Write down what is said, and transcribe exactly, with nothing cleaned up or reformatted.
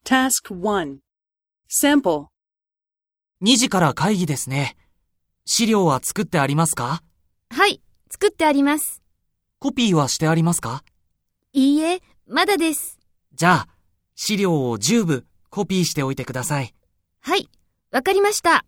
Task one. Sample. にじから会議ですね。資料は作ってありますか？ はい、作ってあります。 コピーはしてありますか？ いいえ、まだです。 じゃあ、資料をじゅうぶコピーしておいてください。 はい、わかりました。